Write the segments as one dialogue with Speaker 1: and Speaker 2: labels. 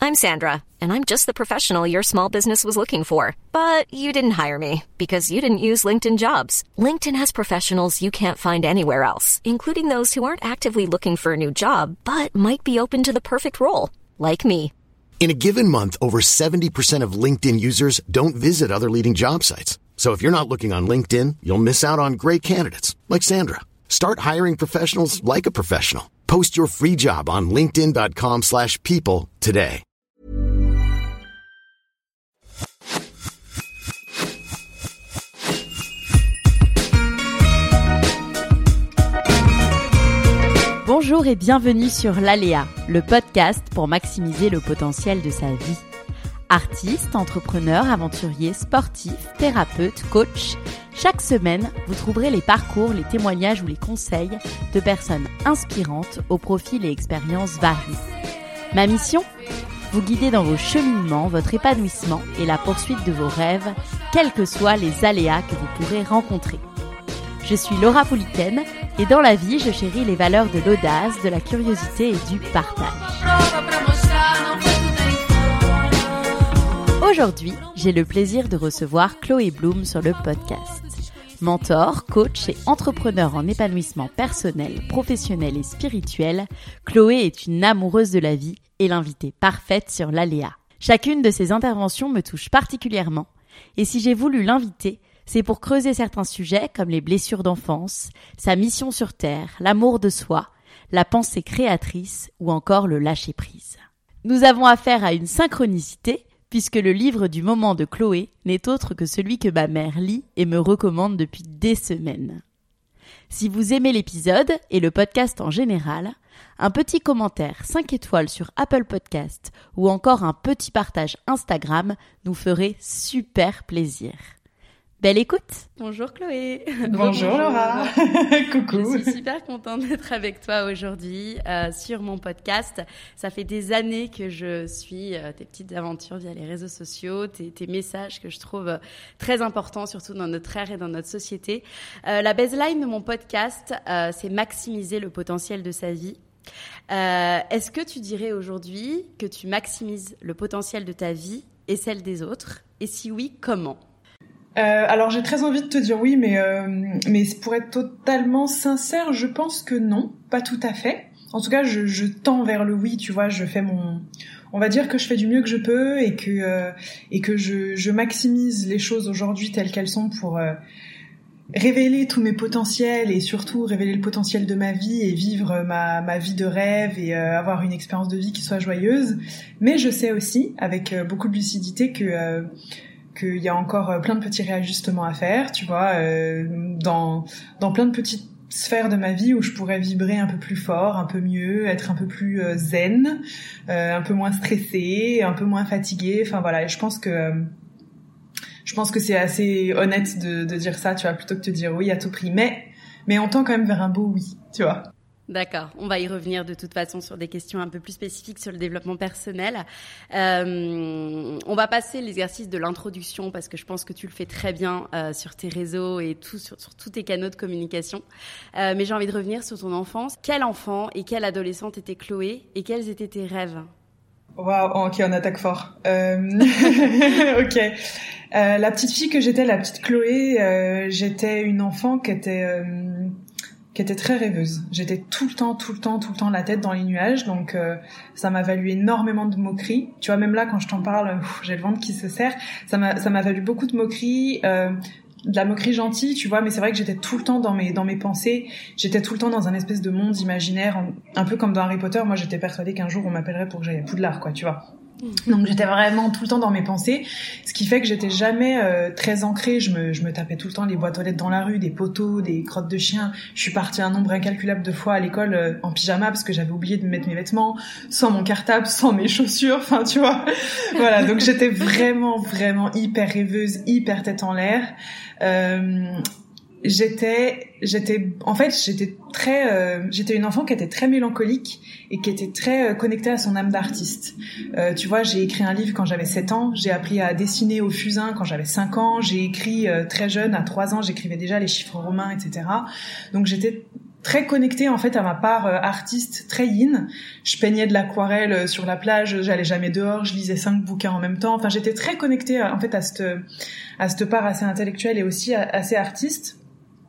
Speaker 1: I'm Sandra, and I'm just the professional your small business was looking for. But you didn't hire me because you didn't use LinkedIn Jobs. LinkedIn has professionals you can't find anywhere else, including those who aren't actively looking for a new job, but might be open to the perfect role, like me.
Speaker 2: In a given month, over 70% of LinkedIn users don't visit other leading job sites. So if you're not looking on LinkedIn, you'll miss out on great candidates like Sandra. Start hiring professionals like a professional. Post your free job on linkedin.com/people today.
Speaker 3: Bonjour et bienvenue sur l'Aléa, le podcast pour maximiser le potentiel de sa vie. Artiste, entrepreneur, aventurier, sportif, thérapeute, coach, chaque semaine, vous trouverez les parcours, les témoignages ou les conseils de personnes inspirantes aux profils et expériences variés. Ma mission ? Vous guider dans vos cheminements, votre épanouissement et la poursuite de vos rêves, quels que soient les aléas que vous pourrez rencontrer. Je suis Laura Pouliken et dans la vie, je chéris les valeurs de l'audace, de la curiosité et du partage. Aujourd'hui, j'ai le plaisir de recevoir Chloé Bloom sur le podcast. Mentor, coach et entrepreneur en épanouissement personnel, professionnel et spirituel, Chloé est une amoureuse de la vie et l'invitée parfaite sur l'Aléa. Chacune de ses interventions me touche particulièrement et si j'ai voulu l'inviter, c'est pour creuser certains sujets comme les blessures d'enfance, sa mission sur Terre, l'amour de soi, la pensée créatrice ou encore le lâcher-prise. Nous avons affaire à une synchronicité puisque le livre du moment de Chloé n'est autre que celui que ma mère lit et me recommande depuis des semaines. Si vous aimez l'épisode et le podcast en général, un petit commentaire 5 étoiles sur Apple Podcast ou encore un petit partage Instagram nous ferait super plaisir. Belle écoute. Bonjour Chloé.
Speaker 4: Bonjour Laura. Coucou.
Speaker 3: Je suis super contente d'être avec toi aujourd'hui sur mon podcast. Ça fait des années que je suis tes petites aventures via les réseaux sociaux, tes messages que je trouve très importants, surtout dans notre ère et dans notre société. La baseline de mon podcast, c'est maximiser le potentiel de sa vie. Est-ce que tu dirais aujourd'hui que tu maximises le potentiel de ta vie et celle des autres ? Et si oui, comment ?
Speaker 4: Alors j'ai très envie de te dire oui, mais pour être totalement sincère, je pense que non, pas tout à fait. En tout cas, je tends vers le oui, tu vois, on va dire que je fais du mieux que je peux et que je maximise les choses aujourd'hui telles qu'elles sont pour révéler tous mes potentiels et surtout révéler le potentiel de ma vie et vivre ma vie de rêve et avoir une expérience de vie qui soit joyeuse. Mais je sais aussi, avec beaucoup de lucidité, qu'il y a encore plein de petits réajustements à faire, tu vois, dans plein de petites sphères de ma vie où je pourrais vibrer un peu plus fort, un peu mieux, être un peu plus zen, un peu moins stressée, un peu moins fatiguée. Enfin voilà, et je pense que c'est assez honnête de dire ça, tu vois, plutôt que de te dire oui à tout prix. Mais on tend quand même vers un beau oui, tu vois.
Speaker 3: D'accord, on va y revenir de toute façon sur des questions un peu plus spécifiques sur le développement personnel. On va passer l'exercice de l'introduction parce que je pense que tu le fais très bien sur tes réseaux et sur tous tes canaux de communication. Mais j'ai envie de revenir sur ton enfance. Quel enfant et quelle adolescente était Chloé et quels étaient tes rêves ?
Speaker 4: Waouh, ok, on attaque fort. Ok. La petite fille que j'étais, la petite Chloé, j'étais une enfant qui était très rêveuse. J'étais tout le temps la tête dans les nuages, donc ça m'a valu énormément de moqueries. Tu vois, même là, quand je t'en parle, j'ai le ventre qui se serre. Ça m'a valu beaucoup de moqueries, de la moquerie gentille, tu vois, mais c'est vrai que j'étais tout le temps dans mes pensées. J'étais tout le temps dans un espèce de monde imaginaire, un peu comme dans Harry Potter. Moi, j'étais persuadée qu'un jour, on m'appellerait pour que j'aille à Poudlard, quoi, tu vois. Donc j'étais vraiment tout le temps dans mes pensées, ce qui fait que j'étais jamais très ancrée. Je me tapais tout le temps les boîtes aux lettres dans la rue, des poteaux, des crottes de chiens. Je suis partie un nombre incalculable de fois à l'école en pyjama parce que j'avais oublié de mettre mes vêtements, sans mon cartable, sans mes chaussures, enfin tu vois. Voilà, donc j'étais vraiment hyper rêveuse, hyper tête en l'air. J'étais une enfant qui était très mélancolique et qui était très connectée à son âme d'artiste. Tu vois, j'ai écrit un livre quand j'avais 7 ans, j'ai appris à dessiner au fusain quand j'avais 5 ans, j'ai écrit très jeune, à 3 ans, j'écrivais déjà les chiffres romains, etc. Donc j'étais très connectée en fait à ma part artiste, très yin. Je peignais de l'aquarelle sur la plage, j'allais jamais dehors, je lisais 5 bouquins en même temps. Enfin, j'étais très connectée en fait à cette part assez intellectuelle et aussi assez artiste.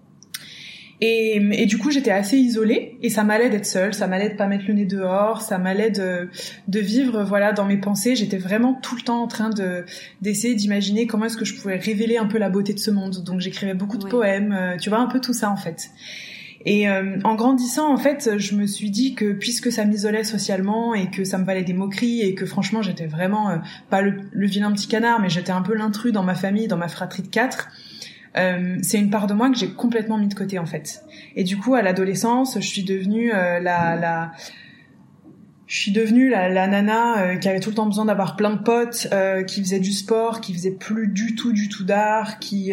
Speaker 4: Et du coup, j'étais assez isolée et ça m'allait d'être seule, ça m'allait de pas mettre le nez dehors, ça m'allait de vivre voilà dans mes pensées. J'étais vraiment tout le temps en train d'essayer d'imaginer comment est-ce que je pouvais révéler un peu la beauté de ce monde. Donc j'écrivais beaucoup de poèmes, tu vois, un peu tout ça en fait. Et en grandissant, en fait, je me suis dit que puisque ça m'isolait socialement et que ça me valait des moqueries et que franchement j'étais vraiment pas le vilain petit canard, mais j'étais un peu l'intrus dans ma famille, dans ma fratrie de 4. C'est une part de moi que j'ai complètement mis de côté en fait. Et du coup, à l'adolescence, je suis devenue la nana qui avait tout le temps besoin d'avoir plein de potes, qui faisait du sport, qui faisait plus du tout d'art, qui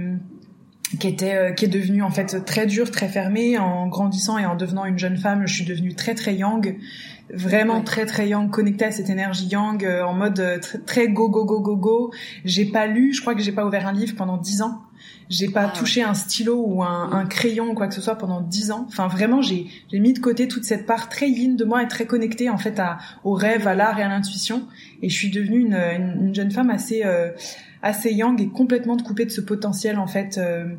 Speaker 4: est devenue en fait très dure, très fermée. En grandissant et en devenant une jeune femme, je suis devenue très très yang, vraiment très très yang, connectée à cette énergie yang, en mode très go. Je crois que j'ai pas ouvert un livre pendant 10 ans. J'ai pas touché un stylo ou un crayon ou quoi que ce soit pendant 10 ans. Enfin, vraiment, j'ai mis de côté toute cette part très yin de moi et très connectée, en fait, au rêve, à l'art et à l'intuition. Et je suis devenue une jeune femme assez yang et complètement coupée de ce potentiel, en fait,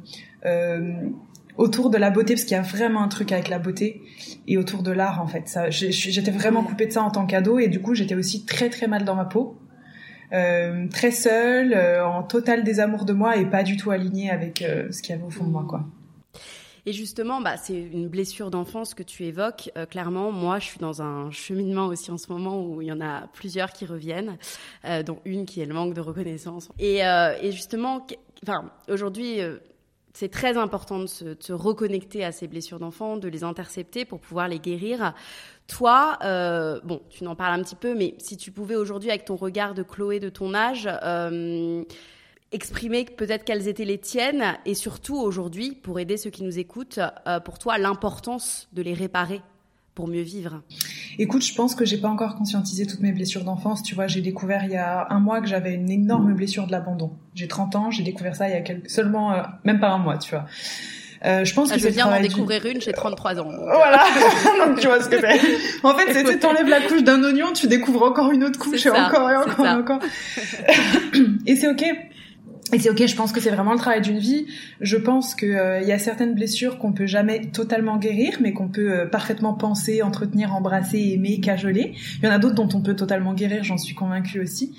Speaker 4: autour de la beauté, parce qu'il y a vraiment un truc avec la beauté et autour de l'art, en fait. J'étais vraiment coupée de ça en tant qu'ado et du coup, j'étais aussi très, très mal dans ma peau. Très seule, en total désamour de moi et pas du tout alignée avec ce qu'il y avait au fond de moi, quoi.
Speaker 5: Et justement, c'est une blessure d'enfance que tu évoques. Clairement, moi, je suis dans un cheminement aussi en ce moment où il y en a plusieurs qui reviennent, dont une qui est le manque de reconnaissance. Et justement, aujourd'hui, c'est très important de se reconnecter à ces blessures d'enfance, de les intercepter pour pouvoir les guérir. Toi, tu n'en parles un petit peu, mais si tu pouvais aujourd'hui, avec ton regard de Chloé de ton âge, exprimer peut-être quelles étaient les tiennes et surtout aujourd'hui, pour aider ceux qui nous écoutent, pour toi, l'importance de les réparer pour mieux vivre.
Speaker 4: Écoute, je pense que j'ai pas encore conscientisé toutes mes blessures d'enfance. Tu vois, j'ai découvert il y a 1 mois que j'avais une énorme blessure de l'abandon. J'ai 30 ans, j'ai découvert ça il y a seulement même pas 1 mois, tu vois. Je pense que
Speaker 5: je viens d'en découvrir une, j'ai 33 ans.
Speaker 4: Voilà, donc tu vois ce que c'est. En fait, c'est t'enlèves la couche d'un oignon, tu découvres encore une autre couche et encore. Et c'est ok. Et c'est ok, je pense que c'est vraiment le travail d'une vie. Je pense que y a certaines blessures qu'on peut jamais totalement guérir, mais qu'on peut parfaitement penser, entretenir, embrasser, aimer, cajoler. Il y en a d'autres dont on peut totalement guérir, j'en suis convaincue aussi.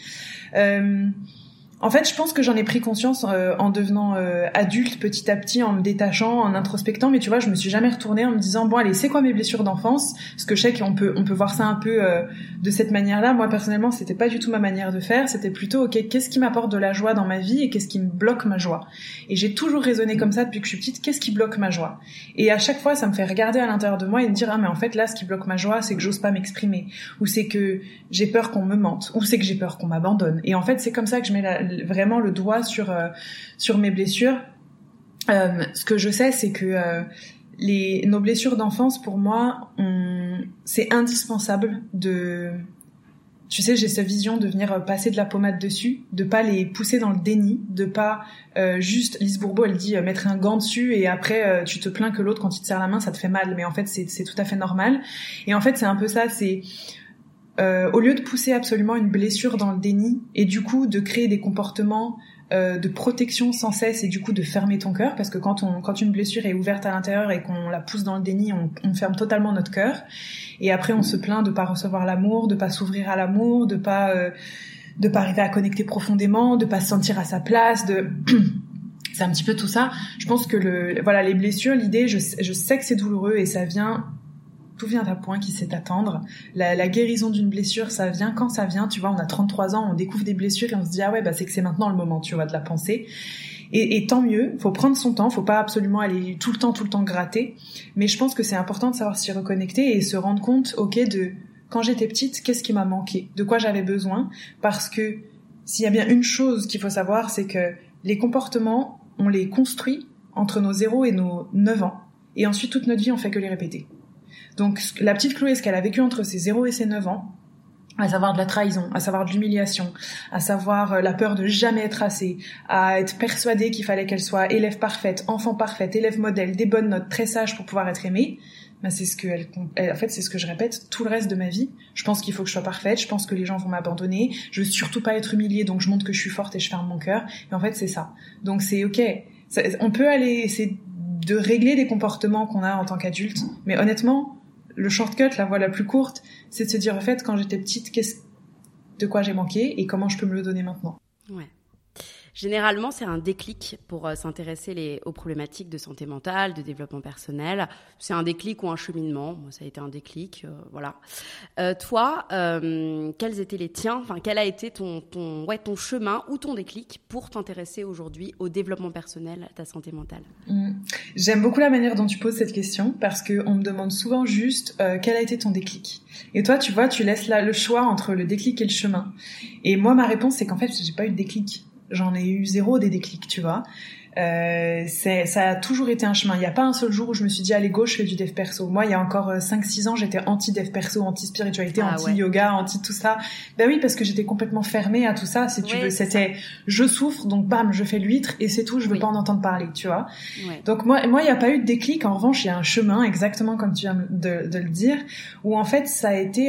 Speaker 4: En fait, je pense que j'en ai pris conscience en devenant adulte petit à petit, en me détachant, en introspectant. Mais tu vois, je me suis jamais retournée en me disant bon allez, c'est quoi mes blessures d'enfance ? Parce que je sais qu'on peut voir ça un peu de cette manière-là. Moi personnellement, c'était pas du tout ma manière de faire. C'était plutôt ok, qu'est-ce qui m'apporte de la joie dans ma vie et qu'est-ce qui me bloque ma joie ? Et j'ai toujours raisonné comme ça depuis que je suis petite. Qu'est-ce qui bloque ma joie ? Et à chaque fois, ça me fait regarder à l'intérieur de moi et me dire ah mais en fait là, ce qui bloque ma joie, c'est que j'ose pas m'exprimer, ou c'est que j'ai peur qu'on me mente, ou c'est que j'ai peur qu'on m'abandonne. Et en fait, c'est comme ça que je mets vraiment le doigt sur mes blessures. Ce que je sais, c'est que nos blessures d'enfance, pour moi, c'est indispensable de... Tu sais, j'ai cette vision de venir passer de la pommade dessus, de pas les pousser dans le déni, de pas juste... Lise Bourbeau, elle dit mettre un gant dessus et après tu te plains que l'autre, quand il te serre la main, ça te fait mal. Mais en fait, c'est tout à fait normal. Et en fait, c'est un peu ça, c'est... au lieu de pousser absolument une blessure dans le déni et du coup de créer des comportements de protection sans cesse et du coup de fermer ton cœur, parce que quand une blessure est ouverte à l'intérieur et qu'on la pousse dans le déni, on ferme totalement notre cœur et après on se plaint de pas recevoir l'amour, de pas s'ouvrir à l'amour, de pas arriver à connecter profondément, de pas se sentir à sa place, c'est un petit peu tout ça. Je pense que les blessures, l'idée, je sais que c'est douloureux et ça vient... Tout vient à point qui sait attendre. La guérison d'une blessure, ça vient quand ça vient. Tu vois, on a 33 ans, on découvre des blessures et on se dit ah ouais, c'est que c'est maintenant le moment, tu vois, de la penser. Et tant mieux. Faut prendre son temps. Faut pas absolument aller tout le temps gratter. Mais je pense que c'est important de savoir s'y reconnecter et se rendre compte, de quand j'étais petite, qu'est-ce qui m'a manqué, de quoi j'avais besoin. Parce que s'il y a bien une chose qu'il faut savoir, c'est que les comportements, on les construit entre nos 0 et nos 9 ans. Et ensuite, toute notre vie, on fait que les répéter. Donc, la petite Chloé, ce qu'elle a vécu entre ses 0 et ses 9 ans, à savoir de la trahison, à savoir de l'humiliation, à savoir la peur de jamais être assez, à être persuadée qu'il fallait qu'elle soit élève parfaite, enfant parfaite, élève modèle, des bonnes notes, très sage pour pouvoir être aimée. Ben c'est ce que en fait, c'est ce que je répète tout le reste de ma vie. Je pense qu'il faut que je sois parfaite, je pense que les gens vont m'abandonner, je veux surtout pas être humiliée, donc je montre que je suis forte et je ferme mon cœur. Et en fait, c'est ça. Donc c'est ok. On peut aller essayer de régler des comportements qu'on a en tant qu'adulte, mais honnêtement, le shortcut, la voie la plus courte, c'est de se dire, en fait, quand j'étais petite, de quoi j'ai manqué et comment je peux me le donner maintenant.
Speaker 5: Ouais. Généralement, c'est un déclic pour s'intéresser aux problématiques de santé mentale, de développement personnel. C'est un déclic ou un cheminement. Moi, ça a été un déclic, voilà. Toi, quels étaient les tiens ? Enfin, quel a été ton chemin ou ton déclic pour t'intéresser aujourd'hui au développement personnel, à ta santé mentale ?
Speaker 4: J'aime beaucoup la manière dont tu poses cette question parce qu'on me demande souvent juste quel a été ton déclic. Et toi, tu vois, tu laisses là le choix entre le déclic et le chemin. Et moi, ma réponse, c'est qu'en fait, j'ai pas eu de déclic. J'en ai eu zéro des déclics, tu vois. Ça a toujours été un chemin. Il n'y a pas un seul jour où je me suis dit, allez, go, je fais du dev perso. Moi, il y a encore 5-6 ans, j'étais anti-dev perso, anti-spiritualité, anti-yoga, anti-tout ça. Ben oui, parce que j'étais complètement fermée à tout ça, si tu veux. C'était, je souffre, donc bam, je fais l'huître, et c'est tout, je veux pas en entendre parler, tu vois. Ouais. Donc moi, il n'y a pas eu de déclic. En revanche, il y a un chemin, exactement comme tu viens de le dire, où en fait, ça a été...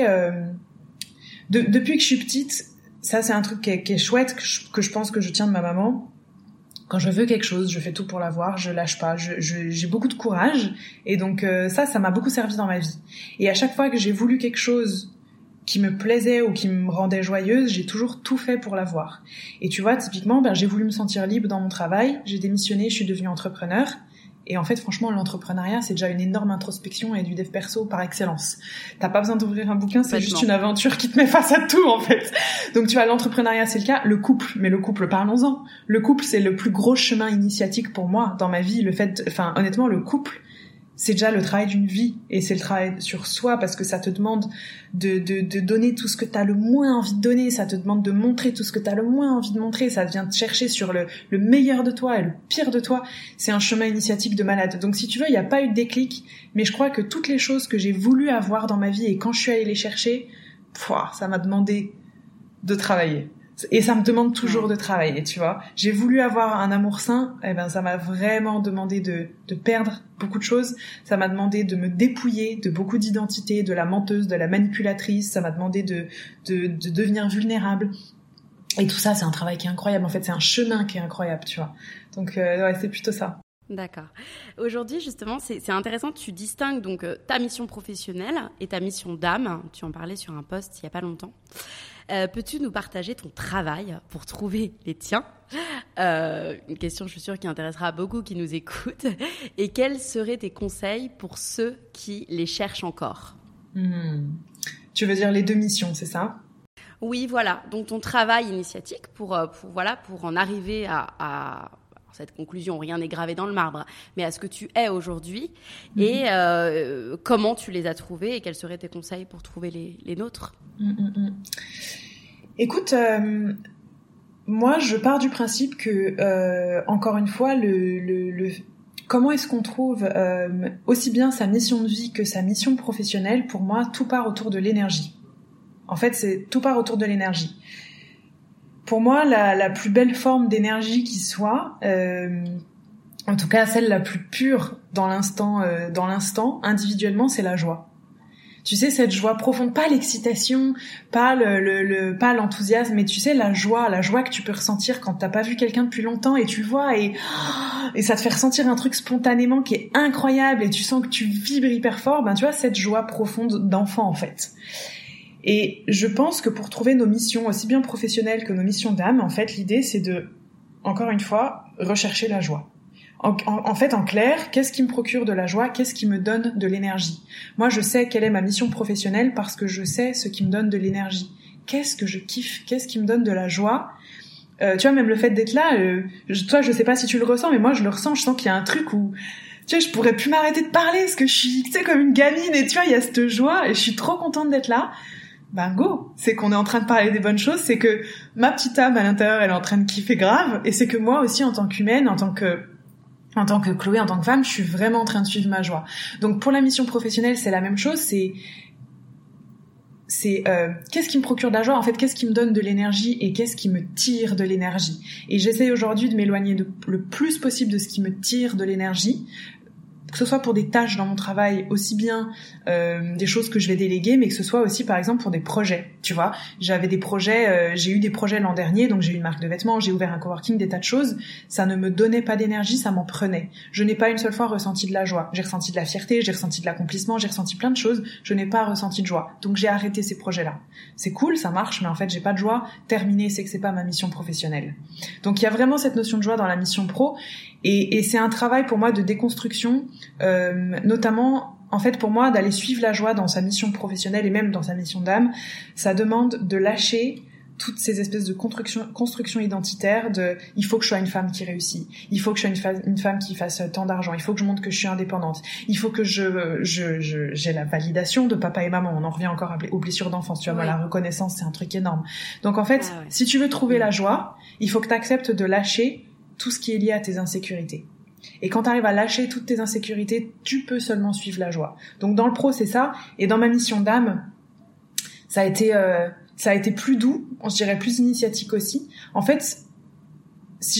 Speaker 4: depuis que je suis petite, ça, c'est un truc qui est chouette, que je pense que je tiens de ma maman. Quand je veux quelque chose, je fais tout pour l'avoir, je lâche pas, j'ai beaucoup de courage. Et donc, ça m'a beaucoup servi dans ma vie. Et à chaque fois que j'ai voulu quelque chose qui me plaisait ou qui me rendait joyeuse, j'ai toujours tout fait pour l'avoir. Et tu vois, typiquement, j'ai voulu me sentir libre dans mon travail, j'ai démissionné, je suis devenue entrepreneur. Et en fait, franchement, l'entrepreneuriat, c'est déjà une énorme introspection et du dev perso par excellence. T'as pas besoin d'ouvrir un bouquin, c'est juste une aventure qui te met face à tout, en fait. Donc, tu vois, l'entrepreneuriat, c'est le cas. Le couple, mais le couple, parlons-en. Le couple, c'est le plus gros chemin initiatique pour moi dans ma vie. Honnêtement, le couple, c'est déjà le travail d'une vie. Et c'est le travail sur soi parce que ça te demande de donner tout ce que t'as le moins envie de donner. Ça te demande de montrer tout ce que t'as le moins envie de montrer. Ça vient te chercher sur le meilleur de toi et le pire de toi. C'est un chemin initiatique de malade. Donc, si tu veux, il n'y a pas eu de déclic. Mais je crois que toutes les choses que j'ai voulu avoir dans ma vie et quand je suis allée les chercher, ça m'a demandé de travailler. Et ça me demande toujours de travailler, tu vois. J'ai voulu avoir un amour sain, ça m'a vraiment demandé de perdre beaucoup de choses. Ça m'a demandé de me dépouiller de beaucoup d'identités, de la menteuse, de la manipulatrice. Ça m'a demandé de devenir vulnérable. Et tout ça, c'est un travail qui est incroyable. En fait, c'est un chemin qui est incroyable, tu vois. Donc, c'est plutôt ça.
Speaker 5: D'accord. Aujourd'hui, justement, c'est intéressant, tu distingues donc ta mission professionnelle et ta mission d'âme. Tu en parlais sur un post il n'y a pas longtemps. Peux-tu nous partager ton travail pour trouver les tiens ? Une question, je suis sûre, qui intéressera beaucoup qui nous écoutent. Et quels seraient tes conseils pour ceux qui les cherchent encore ?
Speaker 4: Tu veux dire les deux missions, c'est ça ?
Speaker 5: Oui, voilà. Donc ton travail initiatique pour en arriver à cette conclusion, rien n'est gravé dans le marbre, mais à ce que tu es aujourd'hui et comment tu les as trouvés et quels seraient tes conseils pour trouver les nôtres ?
Speaker 4: Écoute, moi je pars du principe que encore une fois comment est-ce qu'on trouve aussi bien sa mission de vie que sa mission professionnelle, pour moi tout part autour de l'énergie. En fait, tout part autour de l'énergie. Pour moi, la plus belle forme d'énergie qui soit, en tout cas celle la plus pure dans l'instant, individuellement, c'est la joie. Tu sais, cette joie profonde, pas l'excitation, pas pas l'enthousiasme, mais tu sais, la joie que tu peux ressentir quand t'as pas vu quelqu'un depuis longtemps et tu le vois et ça te fait ressentir un truc spontanément qui est incroyable et tu sens que tu vibres hyper fort, tu vois, cette joie profonde d'enfant, en fait. Et je pense que pour trouver nos missions, aussi bien professionnelles que nos missions d'âme, en fait, l'idée, c'est de, encore une fois, rechercher la joie. En fait, en clair, qu'est-ce qui me procure de la joie ? Qu'est-ce qui me donne de l'énergie ? Moi, je sais quelle est ma mission professionnelle parce que je sais ce qui me donne de l'énergie. Qu'est-ce que je kiffe ? Qu'est-ce qui me donne de la joie ? Tu vois, même le fait d'être là, toi, je sais pas si tu le ressens, mais moi, je le ressens. Je sens qu'il y a un truc où, tu sais, je pourrais plus m'arrêter de parler parce que je suis, tu sais, comme une gamine et tu vois, il y a cette joie et je suis trop contente d'être là. Go, c'est qu'on est en train de parler des bonnes choses, c'est que ma petite âme à l'intérieur, elle est en train de kiffer grave, et c'est que moi aussi, en tant qu'humaine, en tant que Chloé, en tant que femme, je suis vraiment en train de suivre ma joie. Donc pour la mission professionnelle, c'est la même chose, c'est c'est qu'est-ce qui me procure de la joie, en fait, qu'est-ce qui me donne de l'énergie et qu'est-ce qui me tire de l'énergie. Et j'essaye aujourd'hui de m'éloigner le plus possible de ce qui me tire de l'énergie, que ce soit pour des tâches dans mon travail, aussi bien des choses que je vais déléguer, mais que ce soit aussi, par exemple, pour des projets. Tu vois, j'avais des projets, j'ai eu des projets l'an dernier, donc j'ai eu une marque de vêtements, j'ai ouvert un coworking, des tas de choses. Ça ne me donnait pas d'énergie, ça m'en prenait. Je n'ai pas une seule fois ressenti de la joie. J'ai ressenti de la fierté, j'ai ressenti de l'accomplissement, j'ai ressenti plein de choses. Je n'ai pas ressenti de joie. Donc j'ai arrêté ces projets-là. C'est cool, ça marche, mais en fait, j'ai pas de joie. Terminé, c'est que c'est pas ma mission professionnelle. Donc il y a vraiment cette notion de joie dans la mission pro. Et c'est un travail pour moi de déconstruction, notamment, en fait, pour moi, d'aller suivre la joie dans sa mission professionnelle et même dans sa mission d'âme, ça demande de lâcher toutes ces espèces de construction identitaire de il faut que je sois une femme qui réussit, il faut que je sois une femme qui fasse tant d'argent, il faut que je montre que je suis indépendante, il faut que j'ai la validation de papa et maman. On en revient encore aux blessures d'enfance, tu vois, moi, la reconnaissance, c'est un truc énorme. Donc en fait, si tu veux trouver la joie, il faut que tu acceptes de lâcher tout ce qui est lié à tes insécurités. Et quand tu arrives à lâcher toutes tes insécurités, tu peux seulement suivre la joie. Donc dans le pro, c'est ça. Et dans ma mission d'âme, ça a été plus doux, je dirais plus initiatique aussi. En fait, si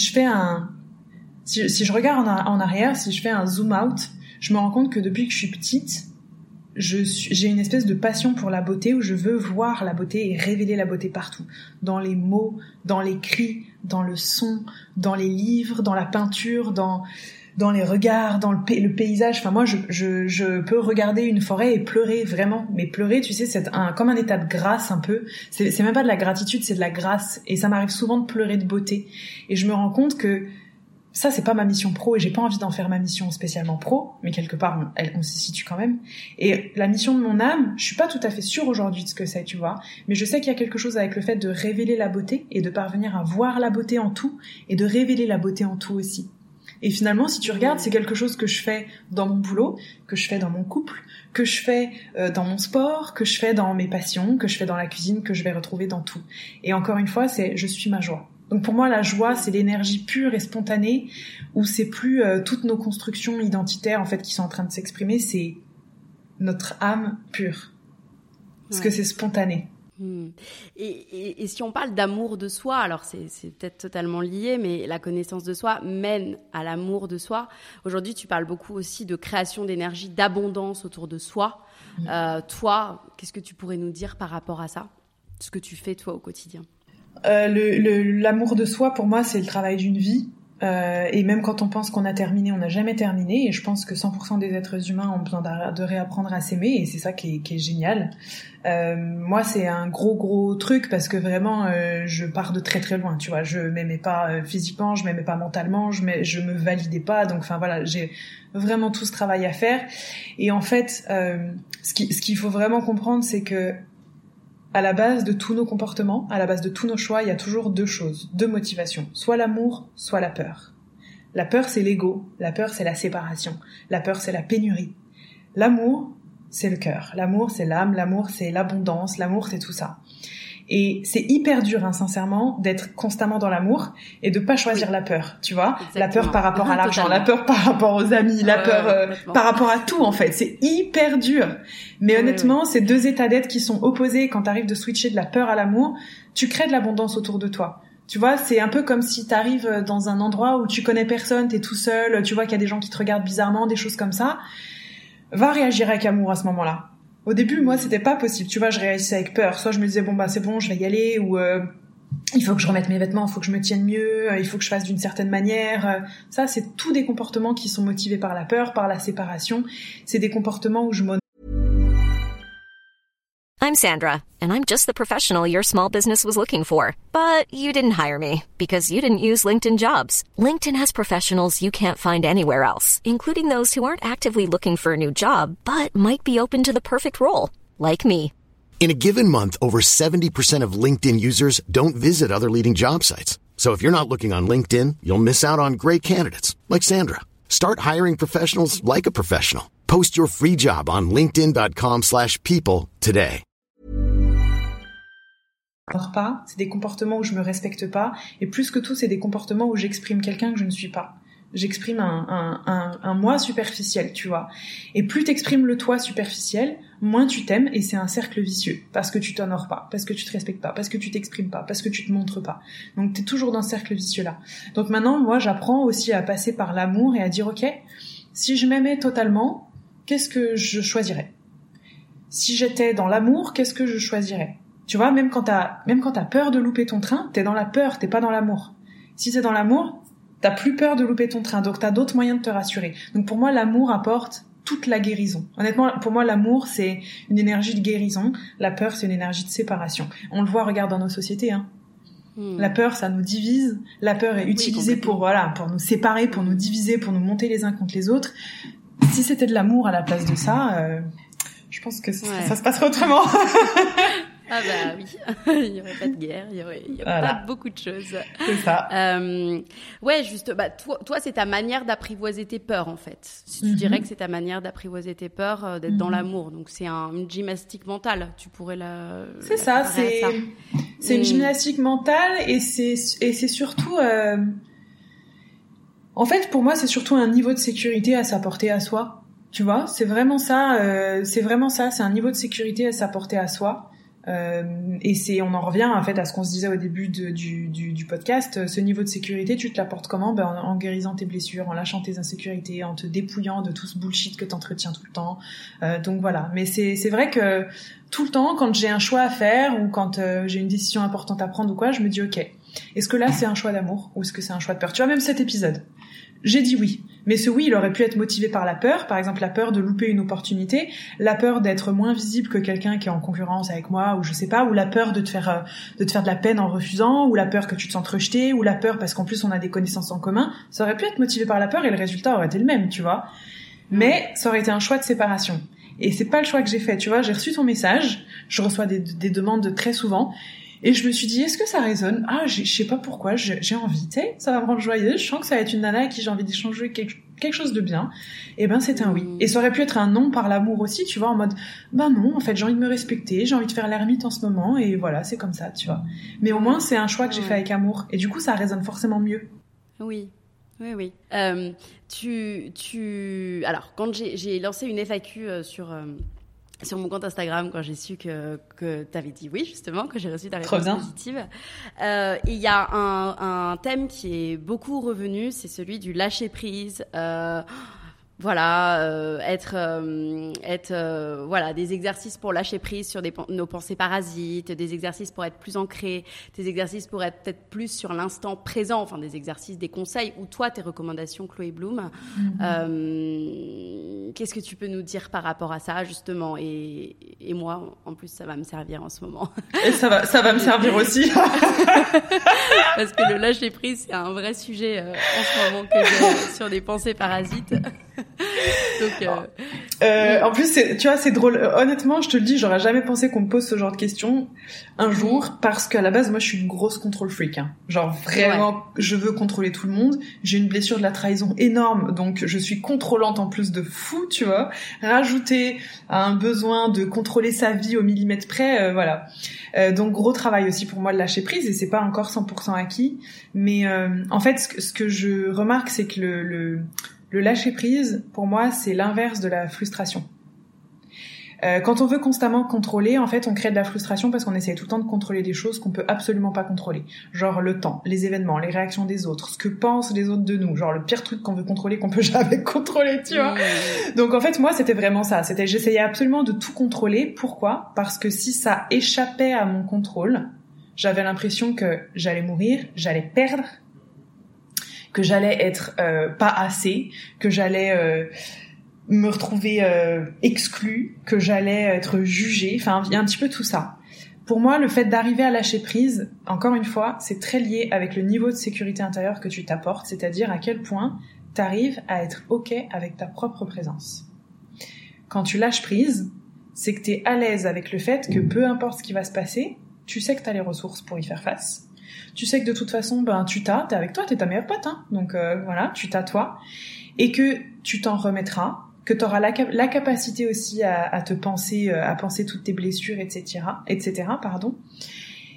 Speaker 4: je regarde en arrière, si je fais un zoom out, je me rends compte que depuis que je suis petite, j'ai une espèce de passion pour la beauté où je veux voir la beauté et révéler la beauté partout. Dans les mots, dans les cris, dans le son, dans les livres, dans la peinture, dans les regards, dans le paysage. Enfin, moi, je peux regarder une forêt et pleurer, vraiment. Mais pleurer, tu sais, c'est comme un état de grâce un peu. C'est même pas de la gratitude, c'est de la grâce. Et ça m'arrive souvent de pleurer de beauté. Et je me rends compte que ça, c'est pas ma mission pro et j'ai pas envie d'en faire ma mission spécialement pro, mais quelque part, on s'y situe quand même. Et la mission de mon âme, je suis pas tout à fait sûre aujourd'hui de ce que c'est, tu vois, mais je sais qu'il y a quelque chose avec le fait de révéler la beauté et de parvenir à voir la beauté en tout et de révéler la beauté en tout aussi. Et finalement, si tu regardes, c'est quelque chose que je fais dans mon boulot, que je fais dans mon couple, que je fais dans mon sport, que je fais dans mes passions, que je fais dans la cuisine, que je vais retrouver dans tout. Et encore une fois, c'est je suis ma joie. Donc pour moi, la joie, c'est l'énergie pure et spontanée, où c'est plus toutes nos constructions identitaires en fait qui sont en train de s'exprimer, c'est notre âme pure, parce que c'est spontané.
Speaker 5: Et si on parle d'amour de soi, alors c'est peut-être totalement lié, mais la connaissance de soi mène à l'amour de soi. Aujourd'hui, tu parles beaucoup aussi de création d'énergie, d'abondance autour de soi. Toi, qu'est-ce que tu pourrais nous dire par rapport à ça, ce que tu fais toi au quotidien?
Speaker 4: L'amour de soi, pour moi, c'est le travail d'une vie. Et même quand on pense qu'on a terminé, on n'a jamais terminé. Et je pense que 100% des êtres humains ont besoin de réapprendre à s'aimer. Et c'est ça qui est génial. Moi, c'est un gros truc parce que vraiment, je pars de très très loin. Tu vois, je m'aimais pas physiquement, je m'aimais pas mentalement, je me validais pas. Donc, enfin voilà, j'ai vraiment tout ce travail à faire. Et en fait, ce qu'il faut vraiment comprendre, c'est que à la base de tous nos comportements, à la base de tous nos choix, il y a toujours deux choses, deux motivations. Soit l'amour, soit la peur. La peur, c'est l'ego. La peur, c'est la séparation. La peur, c'est la pénurie. L'amour, c'est le cœur. L'amour, c'est l'âme. L'amour, c'est l'abondance. L'amour, c'est tout ça. Et c'est hyper dur, hein, sincèrement, d'être constamment dans l'amour et de pas choisir la peur, tu vois. Exactement. La peur par rapport à l'argent, totalement. La peur par rapport aux amis, la peur par rapport à tout, en fait. C'est hyper dur. Mais honnêtement, ces deux états d'être qui sont opposés, quand t'arrives de switcher de la peur à l'amour, tu crées de l'abondance autour de toi. Tu vois, c'est un peu comme si t'arrives dans un endroit où tu connais personne, t'es tout seul, tu vois qu'il y a des gens qui te regardent bizarrement, des choses comme ça. Va réagir avec amour à ce moment-là. Au début, moi, c'était pas possible. Tu vois, je réagissais avec peur. Soit je me disais, bon, bah, c'est bon, je vais y aller, ou il faut que je remette mes vêtements, il faut que je me tienne mieux, il faut que je fasse d'une certaine manière. Ça, c'est tous des comportements qui sont motivés par la peur, par la séparation. C'est des comportements où je
Speaker 1: I'm Sandra, and I'm just the professional your small business was looking for. But you didn't hire me because you didn't use LinkedIn Jobs. LinkedIn has professionals you can't find anywhere else, including those who aren't actively looking for a new job, but might be open to the perfect role, like me.
Speaker 2: In a given month, over 70% of LinkedIn users don't visit other leading job sites. So if you're not looking on LinkedIn, you'll miss out on great candidates, like Sandra. Start hiring professionals like a professional. Post your free job on linkedin.com/people today.
Speaker 4: Pas, c'est des comportements où je me respecte pas, et plus que tout, c'est des comportements où j'exprime quelqu'un que je ne suis pas. j'exprime un moi superficiel, tu vois. Et plus t'exprimes le toi superficiel, moins tu t'aimes, et c'est un cercle vicieux. Parce que tu t'honores pas, parce que tu te respectes pas, parce que tu t'exprimes pas, parce que tu te montres pas. Donc t'es toujours dans ce cercle vicieux-là. Donc maintenant, moi, j'apprends aussi à passer par l'amour et à dire, ok, si je m'aimais totalement, qu'est-ce que je choisirais? Si j'étais dans l'amour, qu'est-ce que je choisirais? Tu vois, même quand t'as peur de louper ton train, t'es dans la peur, t'es pas dans l'amour. Si t'es dans l'amour, t'as plus peur de louper ton train, donc t'as d'autres moyens de te rassurer. Donc pour moi, l'amour apporte toute la guérison. Honnêtement, pour moi, l'amour, c'est une énergie de guérison. La peur, c'est une énergie de séparation. On le voit, regarde, dans nos sociétés, hein. La peur, ça nous divise. La peur est utilisée pour nous séparer, pour nous diviser, pour nous monter les uns contre les autres. Si c'était de l'amour à la place de ça, je pense que ça se passerait autrement.
Speaker 5: Ah bah oui, il y aurait pas de guerre, il y aurait pas beaucoup de choses.
Speaker 4: C'est ça.
Speaker 5: Ouais, juste, bah toi, c'est ta manière d'apprivoiser tes peurs en fait. Si tu dirais que c'est ta manière d'apprivoiser tes peurs, d'être dans l'amour, donc c'est une gymnastique mentale. Tu pourrais
Speaker 4: C'est ça, c'est une gymnastique mentale et c'est surtout. En fait, pour moi, c'est surtout un niveau de sécurité à s'apporter à soi. Tu vois, c'est vraiment ça. C'est un niveau de sécurité à s'apporter à soi. Et on en revient en fait à ce qu'on se disait au début du podcast. Ce niveau de sécurité, tu te l'apportes comment? En guérissant tes blessures, en lâchant tes insécurités, en te dépouillant de tout ce bullshit que t'entretiens tout le temps. Donc voilà. Mais c'est vrai que tout le temps, quand j'ai un choix à faire ou quand j'ai une décision importante à prendre ou quoi, je me dis ok, est-ce que là c'est un choix d'amour ou est-ce que c'est un choix de peur? Tu vois, même cet épisode, j'ai dit oui. Mais ce oui, il aurait pu être motivé par la peur, par exemple la peur de louper une opportunité, la peur d'être moins visible que quelqu'un qui est en concurrence avec moi, ou je sais pas, ou la peur de te faire de la peine en refusant, ou la peur que tu te sentes rejeté, ou la peur parce qu'en plus on a des connaissances en commun. Ça aurait pu être motivé par la peur et le résultat aurait été le même, tu vois. Mais ça aurait été un choix de séparation. Et c'est pas le choix que j'ai fait, tu vois. J'ai reçu ton message, je reçois des demandes très souvent. Et je me suis dit, est-ce que ça résonne? Ah, je sais pas pourquoi, j'ai envie, tu sais, ça va me rendre joyeuse, je sens que ça va être une nana à qui j'ai envie d'échanger quelque chose de bien. Et ben, c'est un oui. Et ça aurait pu être un non par l'amour aussi, tu vois, en mode, ben non, en fait, j'ai envie de me respecter, j'ai envie de faire l'ermite en ce moment, et voilà, c'est comme ça, tu vois. Mais au moins, c'est un choix que j'ai fait avec amour. Et du coup, ça résonne forcément mieux.
Speaker 5: Oui. Oui. Alors, quand j'ai lancé une FAQ sur mon compte Instagram, quand j'ai su que t'avais dit oui, justement, que j'ai reçu ta réponse positive. Il y a un thème qui est beaucoup revenu, c'est celui du lâcher prise. Des exercices pour lâcher prise sur nos pensées parasites, des exercices pour être plus ancré, des exercices pour être peut-être plus sur l'instant présent, enfin des exercices, des conseils, ou toi, tes recommandations, Chloé Bloom. Qu'est-ce que tu peux nous dire par rapport à ça, justement? Et moi, en plus, ça va me servir en ce moment.
Speaker 4: Et ça va me servir aussi.
Speaker 5: Parce que le lâcher prise, c'est un vrai sujet en ce moment que j'ai sur des pensées parasites. Donc,
Speaker 4: en plus, tu vois, c'est drôle. Honnêtement, je te le dis, j'aurais jamais pensé qu'on me pose ce genre de questions un jour, parce qu'à la base, moi, je suis une grosse contrôle freak. Hein. Genre vraiment, je veux contrôler tout le monde. J'ai une blessure de la trahison énorme, donc je suis contrôlante en plus de fou, tu vois. Rajouter un besoin de contrôler sa vie au millimètre près, voilà. Donc gros travail aussi pour moi de lâcher prise, et c'est pas encore 100% acquis. Mais en fait, ce que je remarque, c'est que le lâcher prise, pour moi, c'est l'inverse de la frustration. Quand on veut constamment contrôler, en fait, on crée de la frustration parce qu'on essaie tout le temps de contrôler des choses qu'on peut absolument pas contrôler. Genre le temps, les événements, les réactions des autres, ce que pensent les autres de nous. Genre le pire truc qu'on veut contrôler, qu'on peut jamais contrôler, tu vois. Donc en fait, moi, c'était vraiment ça. J'essayais absolument de tout contrôler. Pourquoi? Parce que si ça échappait à mon contrôle, j'avais l'impression que j'allais mourir, j'allais perdre, que j'allais être pas assez, que j'allais me retrouver exclue, que j'allais être jugée. Enfin, il y a un petit peu tout ça. Pour moi, le fait d'arriver à lâcher prise, encore une fois, c'est très lié avec le niveau de sécurité intérieure que tu t'apportes, c'est-à-dire à quel point t'arrives à être OK avec ta propre présence. Quand tu lâches prise, c'est que t'es à l'aise avec le fait que peu importe ce qui va se passer, tu sais que t'as les ressources pour y faire face. Tu sais que de toute façon, t'es avec toi, t'es ta meilleure pote, hein. Donc voilà, tu t'as toi, et que tu t'en remettras, que t'auras la capacité aussi à te penser, à penser toutes tes blessures, etc., pardon.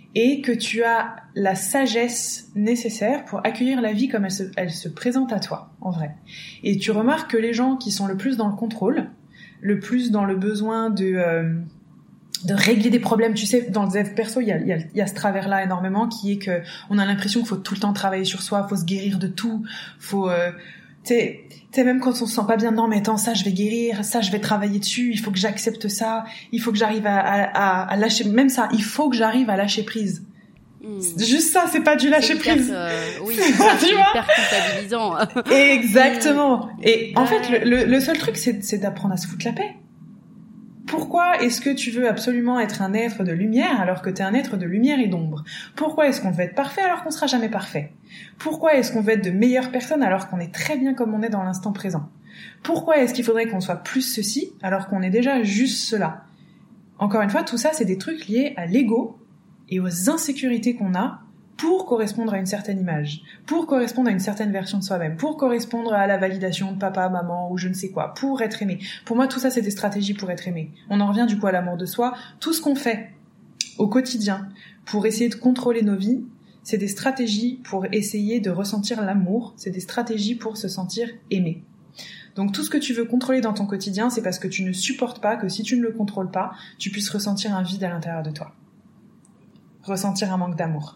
Speaker 4: et que tu as la sagesse nécessaire pour accueillir la vie comme elle se présente à toi, en vrai. Et tu remarques que les gens qui sont le plus dans le contrôle, le plus dans le besoin de régler des problèmes, tu sais, dans le dev perso, il y a ce travers-là énormément qui est que on a l'impression qu'il faut tout le temps travailler sur soi, faut se guérir de tout, faut, tu sais, même quand on se sent pas bien, non, mais attends, ça, je vais guérir, ça, je vais travailler dessus, il faut que j'accepte ça, il faut que j'arrive à lâcher, même ça, il faut que j'arrive à lâcher prise. Juste ça, c'est pas du lâcher prise.
Speaker 5: Oui, c'est hyper culpabilisant.
Speaker 4: Exactement. Et en fait, le seul truc, c'est d'apprendre à se foutre la paix. Pourquoi est-ce que tu veux absolument être un être de lumière alors que t'es un être de lumière et d'ombre? Pourquoi est-ce qu'on veut être parfait alors qu'on sera jamais parfait? Pourquoi est-ce qu'on veut être de meilleures personnes alors qu'on est très bien comme on est dans l'instant présent? Pourquoi est-ce qu'il faudrait qu'on soit plus ceci alors qu'on est déjà juste cela? Encore une fois, tout ça, c'est des trucs liés à l'ego et aux insécurités qu'on a pour correspondre à une certaine image, pour correspondre à une certaine version de soi-même, pour correspondre à la validation de papa, maman ou je ne sais quoi, pour être aimé. Pour moi, tout ça, c'est des stratégies pour être aimé. On en revient du coup à l'amour de soi. Tout ce qu'on fait au quotidien pour essayer de contrôler nos vies, c'est des stratégies pour essayer de ressentir l'amour, c'est des stratégies pour se sentir aimé. Donc tout ce que tu veux contrôler dans ton quotidien, c'est parce que tu ne supportes pas que si tu ne le contrôles pas, tu puisses ressentir un vide à l'intérieur de toi. Ressentir un manque d'amour.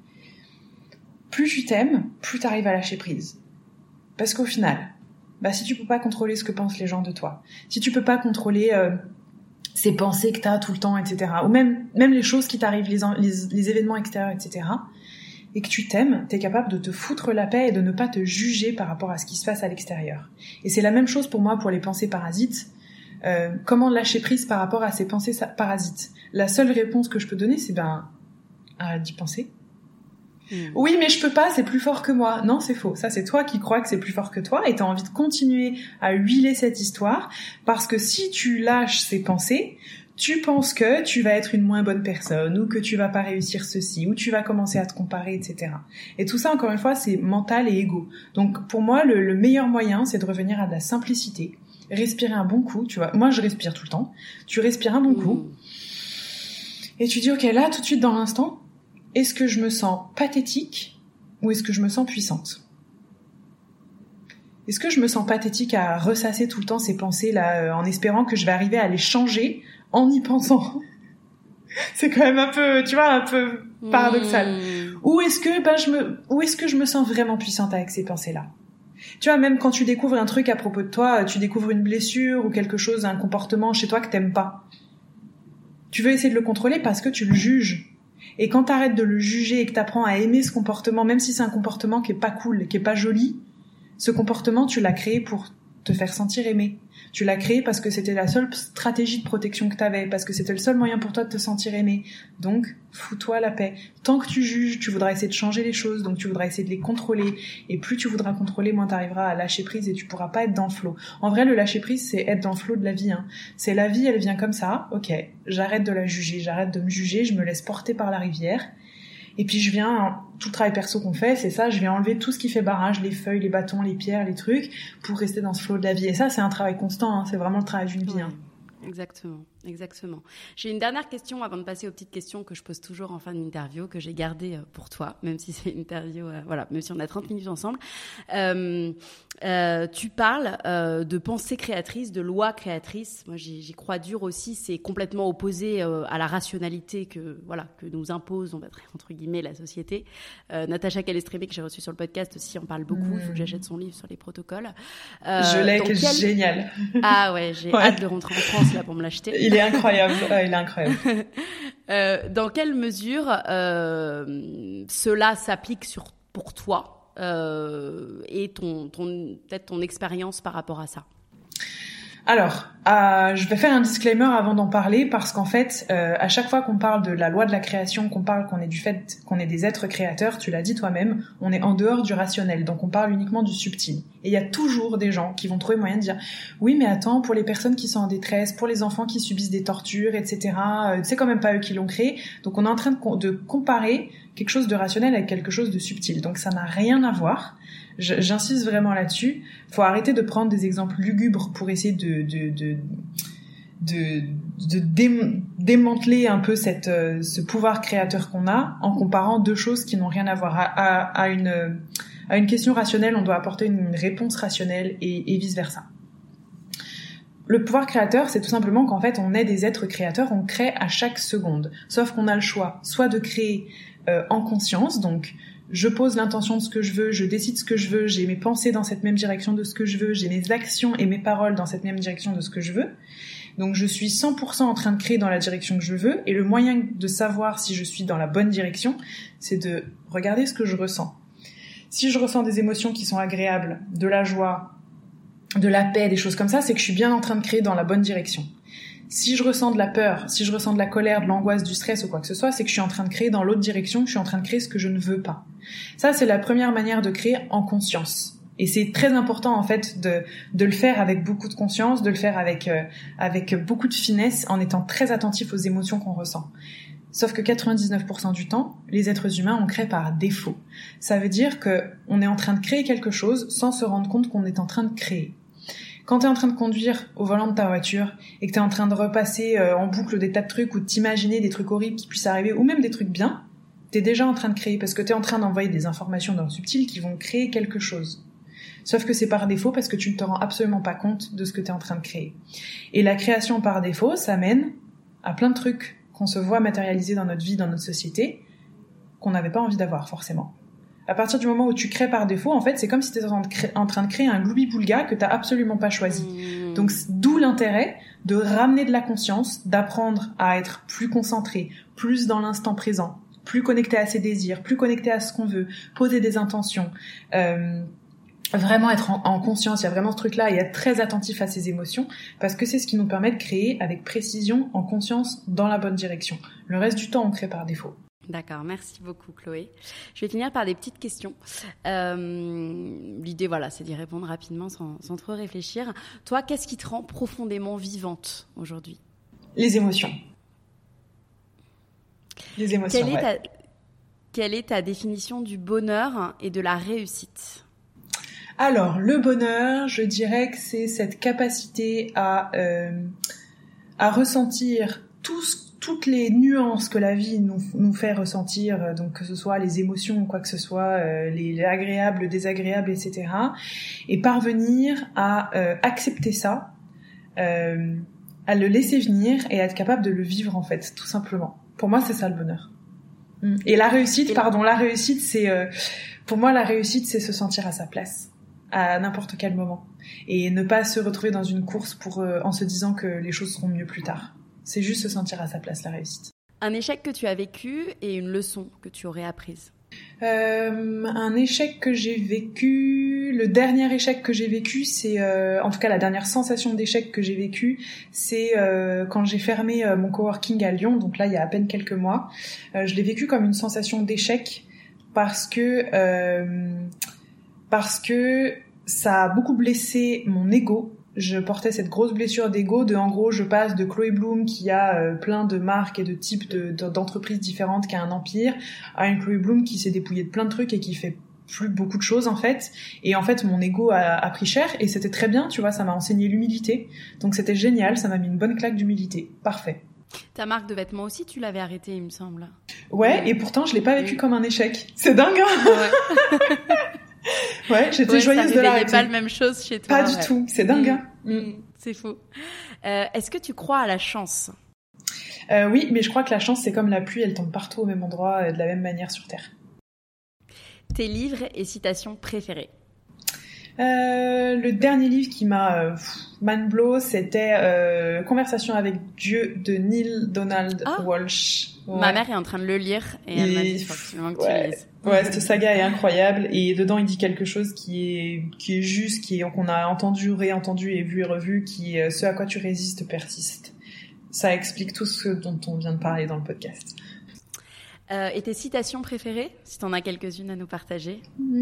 Speaker 4: Plus tu t'aimes, plus tu arrives à lâcher prise. Parce qu'au final, si tu peux pas contrôler ce que pensent les gens de toi, si tu peux pas contrôler ces pensées que t'as tout le temps, etc., ou même les choses qui t'arrivent, les événements extérieurs, etc., et que tu t'aimes, t'es capable de te foutre la paix et de ne pas te juger par rapport à ce qui se passe à l'extérieur. Et c'est la même chose pour moi pour les pensées parasites. Comment lâcher prise par rapport à ces pensées parasites? La seule réponse que je peux donner, c'est arrête d'y penser. Oui, mais je peux pas, c'est plus fort que moi. Non, c'est faux. Ça, c'est toi qui crois que c'est plus fort que toi et t'as envie de continuer à huiler cette histoire parce que si tu lâches ces pensées, tu penses que tu vas être une moins bonne personne ou que tu vas pas réussir ceci ou tu vas commencer à te comparer, etc. Et tout ça, encore une fois, c'est mental et égo. Donc, pour moi, le meilleur moyen, c'est de revenir à de la simplicité. Respirer un bon coup, tu vois. Moi, je respire tout le temps. Tu respires un bon coup. Et tu dis, ok, là, tout de suite, dans l'instant, est-ce que je me sens pathétique ou est-ce que je me sens puissante? Est-ce que je me sens pathétique à ressasser tout le temps ces pensées-là en espérant que je vais arriver à les changer en y pensant? C'est quand même un peu, tu vois, un peu paradoxal. Ou est-ce que je me sens vraiment puissante avec ces pensées-là? Tu vois, même quand tu découvres un truc à propos de toi, tu découvres une blessure ou quelque chose, un comportement chez toi que t'aimes pas. Tu veux essayer de le contrôler parce que tu le juges. Et quand t'arrêtes de le juger et que t'apprends à aimer ce comportement, même si c'est un comportement qui est pas cool, qui est pas joli, ce comportement, tu l'as créé pour te faire sentir aimé. Tu l'as créé parce que c'était la seule stratégie de protection que t'avais, parce que c'était le seul moyen pour toi de te sentir aimé. Donc, fous-toi la paix. Tant que tu juges, tu voudras essayer de changer les choses, donc tu voudras essayer de les contrôler. Et plus tu voudras contrôler, moins t'arriveras à lâcher prise et tu pourras pas être dans le flow. En vrai, le lâcher prise, c'est être dans le flow de la vie, hein. C'est la vie, elle vient comme ça. Ok, j'arrête de la juger, j'arrête de me juger, je me laisse porter par la rivière. Et puis je viens, tout le travail perso qu'on fait, c'est ça, je viens enlever tout ce qui fait barrage, les feuilles, les bâtons, les pierres, les trucs, pour rester dans ce flow de la vie. Et ça, c'est un travail constant, hein, c'est vraiment le travail d'une vie. Hein.
Speaker 5: Exactement. J'ai une dernière question avant de passer aux petites questions que je pose toujours en fin d'interview, que j'ai gardée pour toi, même si c'est une interview, même si on a 30 minutes ensemble. Tu parles de pensée créatrice, de loi créatrice. Moi, j'y crois dur aussi. C'est complètement opposé à la rationalité que nous impose, on va dire, entre guillemets, la société. Natacha Calestrémé, que j'ai reçue sur le podcast aussi, en parle beaucoup. Il faut que j'achète son livre sur les protocoles.
Speaker 4: Je l'ai, génial.
Speaker 5: Ah ouais, j'ai hâte de rentrer en France là pour me l'acheter.
Speaker 4: Il est incroyable. Il est incroyable.
Speaker 5: Dans quelle mesure cela s'applique pour toi et peut-être ton expérience par rapport à ça?
Speaker 4: Alors, je vais faire un disclaimer avant d'en parler parce qu'en fait, à chaque fois qu'on parle de la loi de la création, qu'on parle qu'on est du fait qu'on est des êtres créateurs, tu l'as dit toi-même, on est en dehors du rationnel, donc on parle uniquement du subtil. Et il y a toujours des gens qui vont trouver moyen de dire « Oui, mais attends, pour les personnes qui sont en détresse, pour les enfants qui subissent des tortures, etc., c'est quand même pas eux qui l'ont créé. » Donc on est en train de comparer quelque chose de rationnel avec quelque chose de subtil. Donc ça n'a rien à voir. J'insiste vraiment là-dessus. Faut arrêter de prendre des exemples lugubres pour essayer de démanteler un peu ce pouvoir créateur qu'on a en comparant deux choses qui n'ont rien à voir. À une question rationnelle, on doit apporter une réponse rationnelle et vice versa. Le pouvoir créateur, c'est tout simplement qu'en fait, on est des êtres créateurs, on crée à chaque seconde. Sauf qu'on a le choix, soit de créer en conscience, donc je pose l'intention de ce que je veux, je décide ce que je veux, j'ai mes pensées dans cette même direction de ce que je veux, j'ai mes actions et mes paroles dans cette même direction de ce que je veux. Donc je suis 100% en train de créer dans la direction que je veux, et le moyen de savoir si je suis dans la bonne direction, c'est de regarder ce que je ressens. Si je ressens des émotions qui sont agréables, de la joie, de la paix, des choses comme ça, c'est que je suis bien en train de créer dans la bonne direction. Si je ressens de la peur, si je ressens de la colère, de l'angoisse, du stress ou quoi que ce soit, c'est que je suis en train de créer dans l'autre direction, que je suis en train de créer ce que je ne veux pas. Ça, c'est la première manière de créer en conscience. Et c'est très important, en fait, de le faire avec beaucoup de conscience, de le faire avec beaucoup de finesse, en étant très attentif aux émotions qu'on ressent. Sauf que 99% du temps, les êtres humains, on crée par défaut. Ça veut dire que on est en train de créer quelque chose sans se rendre compte qu'on est en train de créer. Quand t'es en train de conduire au volant de ta voiture et que t'es en train de repasser en boucle des tas de trucs ou de t'imaginer des trucs horribles qui puissent arriver ou même des trucs bien, t'es déjà en train de créer parce que t'es en train d'envoyer des informations dans le subtil qui vont créer quelque chose. Sauf que c'est par défaut parce que tu ne te rends absolument pas compte de ce que t'es en train de créer. Et la création par défaut, ça mène à plein de trucs qu'on se voit matérialiser dans notre vie, dans notre société, qu'on n'avait pas envie d'avoir forcément. À partir du moment où tu crées par défaut, en fait, c'est comme si tu étais en train de créer un gloubi-boulga que tu n'as absolument pas choisi. Donc, d'où l'intérêt de ramener de la conscience, d'apprendre à être plus concentré, plus dans l'instant présent, plus connecté à ses désirs, plus connecté à ce qu'on veut, poser des intentions, vraiment être en conscience. Il y a vraiment ce truc-là et être très attentif à ses émotions parce que c'est ce qui nous permet de créer avec précision, en conscience, dans la bonne direction. Le reste du temps, on crée par défaut.
Speaker 5: D'accord, merci beaucoup Chloé. Je vais finir par des petites questions. L'idée, voilà, c'est d'y répondre rapidement sans trop réfléchir. Toi, qu'est-ce qui te rend profondément vivante aujourd'hui ?
Speaker 4: Les émotions. Les émotions,
Speaker 5: Quelle est ta définition du bonheur et de la réussite ?
Speaker 4: Alors, le bonheur, je dirais que c'est cette capacité à ressentir toutes les nuances que la vie nous fait ressentir, donc que ce soit les émotions ou quoi que ce soit, les agréables, désagréables, etc. Et parvenir à accepter ça, à le laisser venir et à être capable de le vivre en fait, tout simplement. Pour moi, c'est ça le bonheur. Et la réussite, c'est... pour moi, la réussite, c'est se sentir à sa place, à n'importe quel moment. Et ne pas se retrouver dans une course en se disant que les choses seront mieux plus tard. C'est juste se sentir à sa place, la réussite.
Speaker 5: Un échec que tu as vécu et une leçon que tu aurais apprise.
Speaker 4: Un échec que j'ai vécu... Le dernier échec que j'ai vécu, c'est... en tout cas, la dernière sensation d'échec que j'ai vécue, c'est quand j'ai fermé mon coworking à Lyon, donc là, il y a à peine quelques mois. Je l'ai vécu comme une sensation d'échec parce que ça a beaucoup blessé mon ego. Je portais cette grosse blessure d'ego en gros, je passe de Chloé Bloom qui a plein de marques et de types d'entreprises différentes, qui a un empire, à une Chloé Bloom qui s'est dépouillée de plein de trucs et qui fait plus beaucoup de choses en fait. Et en fait, mon ego a pris cher et c'était très bien, tu vois, ça m'a enseigné l'humilité. Donc c'était génial, ça m'a mis une bonne claque d'humilité. Parfait.
Speaker 5: Ta marque de vêtements aussi, tu l'avais arrêtée, il me semble.
Speaker 4: Ouais, et pourtant, je l'ai pas vécu comme un échec. C'est dingue, hein. Ouais. Ouais, j'étais joyeuse de l'arrêter.
Speaker 5: Ça pas la même chose chez toi.
Speaker 4: Pas du tout, c'est dingue.
Speaker 5: C'est fou. Est-ce que tu crois à la chance ?
Speaker 4: Oui, mais je crois que la chance, c'est comme la pluie, elle tombe partout au même endroit, de la même manière sur Terre.
Speaker 5: Tes livres et citations préférées ?
Speaker 4: Le dernier livre qui m'a mind-blow, c'était Conversation avec Dieu de Neale Donald Walsch.
Speaker 5: Ouais. Ma mère est en train de le lire et elle m'a dit qu'il faut absolument que tu le lises.
Speaker 4: Ouais, cette saga est incroyable et dedans il dit quelque chose qui est juste, qu'on a entendu, réentendu et vu et revu, qui est ce à quoi tu résistes persiste. Ça explique tout ce dont on vient de parler dans le podcast.
Speaker 5: Et tes citations préférées, si t'en as quelques-unes à nous partager ?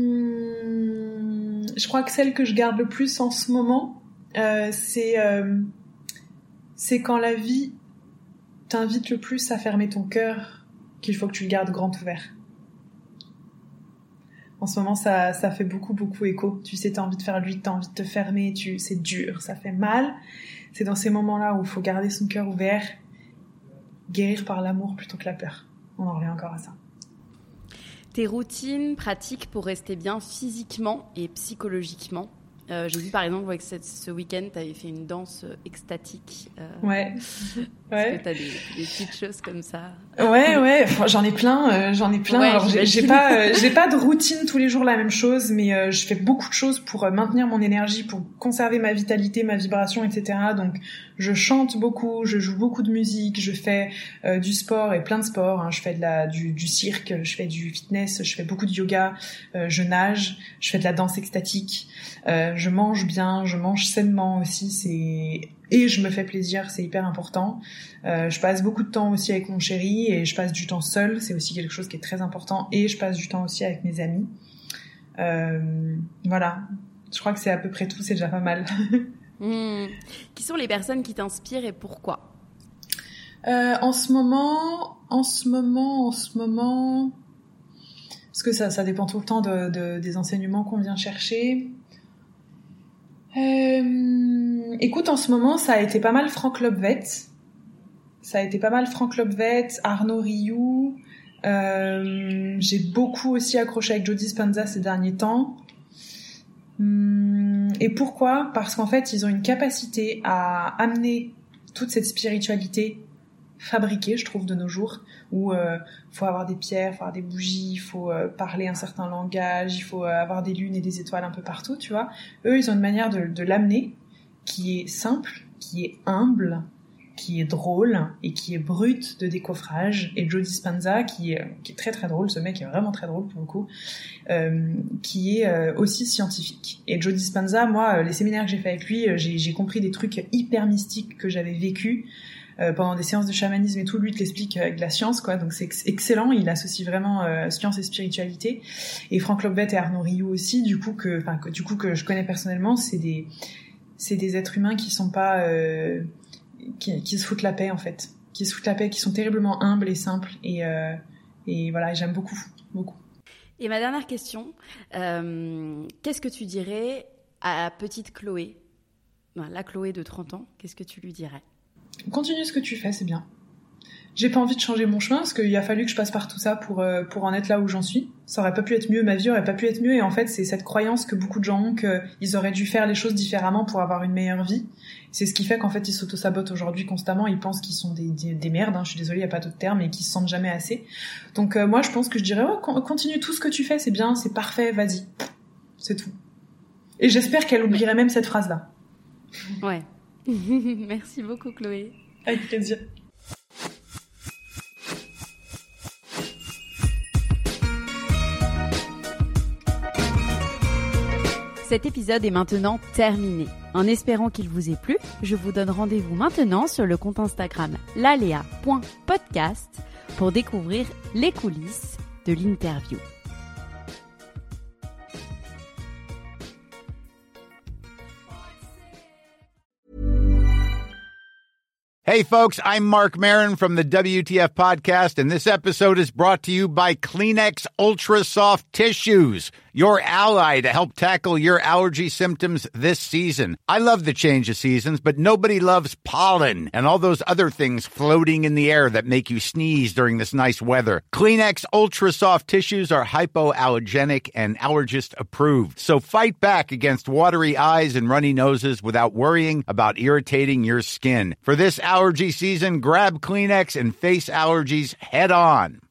Speaker 4: Je crois que celle que je garde le plus en ce moment, c'est quand la vie t'invite le plus à fermer ton cœur, qu'il faut que tu le gardes grand ouvert. En ce moment, ça fait beaucoup écho. Tu sais, t'as envie de faire le vide, t'as envie de te fermer, c'est dur, ça fait mal. C'est dans ces moments-là où il faut garder son cœur ouvert, guérir par l'amour plutôt que la peur. On en revient encore à ça.
Speaker 5: Tes routines pratiques pour rester bien physiquement et psychologiquement. J'ai vu par exemple que ce week-end, tu avais fait une danse extatique.
Speaker 4: Ouais.
Speaker 5: Est-ce que tu as des petites choses comme ça?
Speaker 4: Ouais. Enfin, j'en ai plein.
Speaker 5: Ouais,
Speaker 4: alors, j'ai pas de routine tous les jours la même chose, mais je fais beaucoup de choses pour maintenir mon énergie, pour conserver ma vitalité, ma vibration, etc. Donc, je chante beaucoup, je joue beaucoup de musique, je fais du sport et plein de sports. Hein. Je fais du cirque, je fais du fitness, je fais beaucoup de yoga, je nage, je fais de la danse extatique. Je mange bien, je mange sainement aussi, et je me fais plaisir, c'est hyper important. Je passe beaucoup de temps aussi avec mon chéri et je passe du temps seule, c'est aussi quelque chose qui est très important, et je passe du temps aussi avec mes amis. Voilà, je crois que c'est à peu près tout, c'est déjà pas mal.
Speaker 5: Qui sont les personnes qui t'inspirent et pourquoi?
Speaker 4: En ce moment, parce que ça dépend tout le temps des enseignements qu'on vient chercher. Écoute, en ce moment, ça a été pas mal Franck Lobvet, Arnaud Rioux. J'ai beaucoup aussi accroché avec Joe Dispenza ces derniers temps. Et pourquoi ? Parce qu'en fait, ils ont une capacité à amener toute cette spiritualité fabriquée, je trouve, de nos jours, où faut avoir des pierres, faut avoir des bougies, il faut parler un certain langage, il faut avoir des lunes et des étoiles un peu partout, tu vois. Eux, ils ont une manière de l'amener qui est simple, qui est humble, qui est drôle et qui est brute de décoffrage. Et Joe Dispenza, qui est très très drôle, ce mec est vraiment très drôle pour le coup, qui est aussi scientifique. Et Joe Dispenza, moi, les séminaires que j'ai fait avec lui, j'ai compris des trucs hyper mystiques que j'avais vécus pendant des séances de chamanisme et tout. Lui, il te l'explique avec de la science, quoi. Donc c'est excellent. Il associe vraiment science et spiritualité. Et Franck Lobvet et Arnaud Rioux aussi, du coup que je connais personnellement, c'est des êtres humains qui sont pas qui se foutent la paix, en fait, qui sont terriblement humbles et simples, et voilà, j'aime beaucoup.
Speaker 5: Et ma dernière question, qu'est-ce que tu dirais à la petite Chloé, la Chloé de 30 ans, qu'est-ce que tu lui dirais?
Speaker 4: Continue ce que tu fais, c'est bien. J'ai pas envie de changer mon chemin, parce qu'il a fallu que je passe par tout ça pour en être là où j'en suis. Ça aurait pas pu être mieux, ma vie aurait pas pu être mieux, et en fait, c'est cette croyance que beaucoup de gens ont qu'ils auraient dû faire les choses différemment pour avoir une meilleure vie. C'est ce qui fait qu'en fait, ils s'auto-sabotent aujourd'hui constamment, ils pensent qu'ils sont des merdes, hein, je suis désolée, y a pas d'autre terme, et qu'ils se sentent jamais assez. Donc moi, je pense que je dirais, continue tout ce que tu fais, c'est bien, c'est parfait, vas-y. C'est tout. Et j'espère qu'elle oublierait même cette phrase-là.
Speaker 5: Ouais. Merci beaucoup, Chloé.
Speaker 4: Avec plaisir.
Speaker 3: Cet épisode est maintenant terminé. En espérant qu'il vous ait plu, je vous donne rendez-vous maintenant sur le compte Instagram lalea.podcast pour découvrir les coulisses de l'interview.
Speaker 6: Hey, folks, I'm Mark Maron from the WTF Podcast, and this episode is brought to you by Kleenex Ultra Soft Tissues, your ally to help tackle your allergy symptoms this season. I love the change of seasons, but nobody loves pollen and all those other things floating in the air that make you sneeze during this nice weather. Kleenex Ultra Soft Tissues are hypoallergenic and allergist approved, so fight back against watery eyes and runny noses without worrying about irritating your skin. For this allergy season, grab Kleenex and face allergies head on.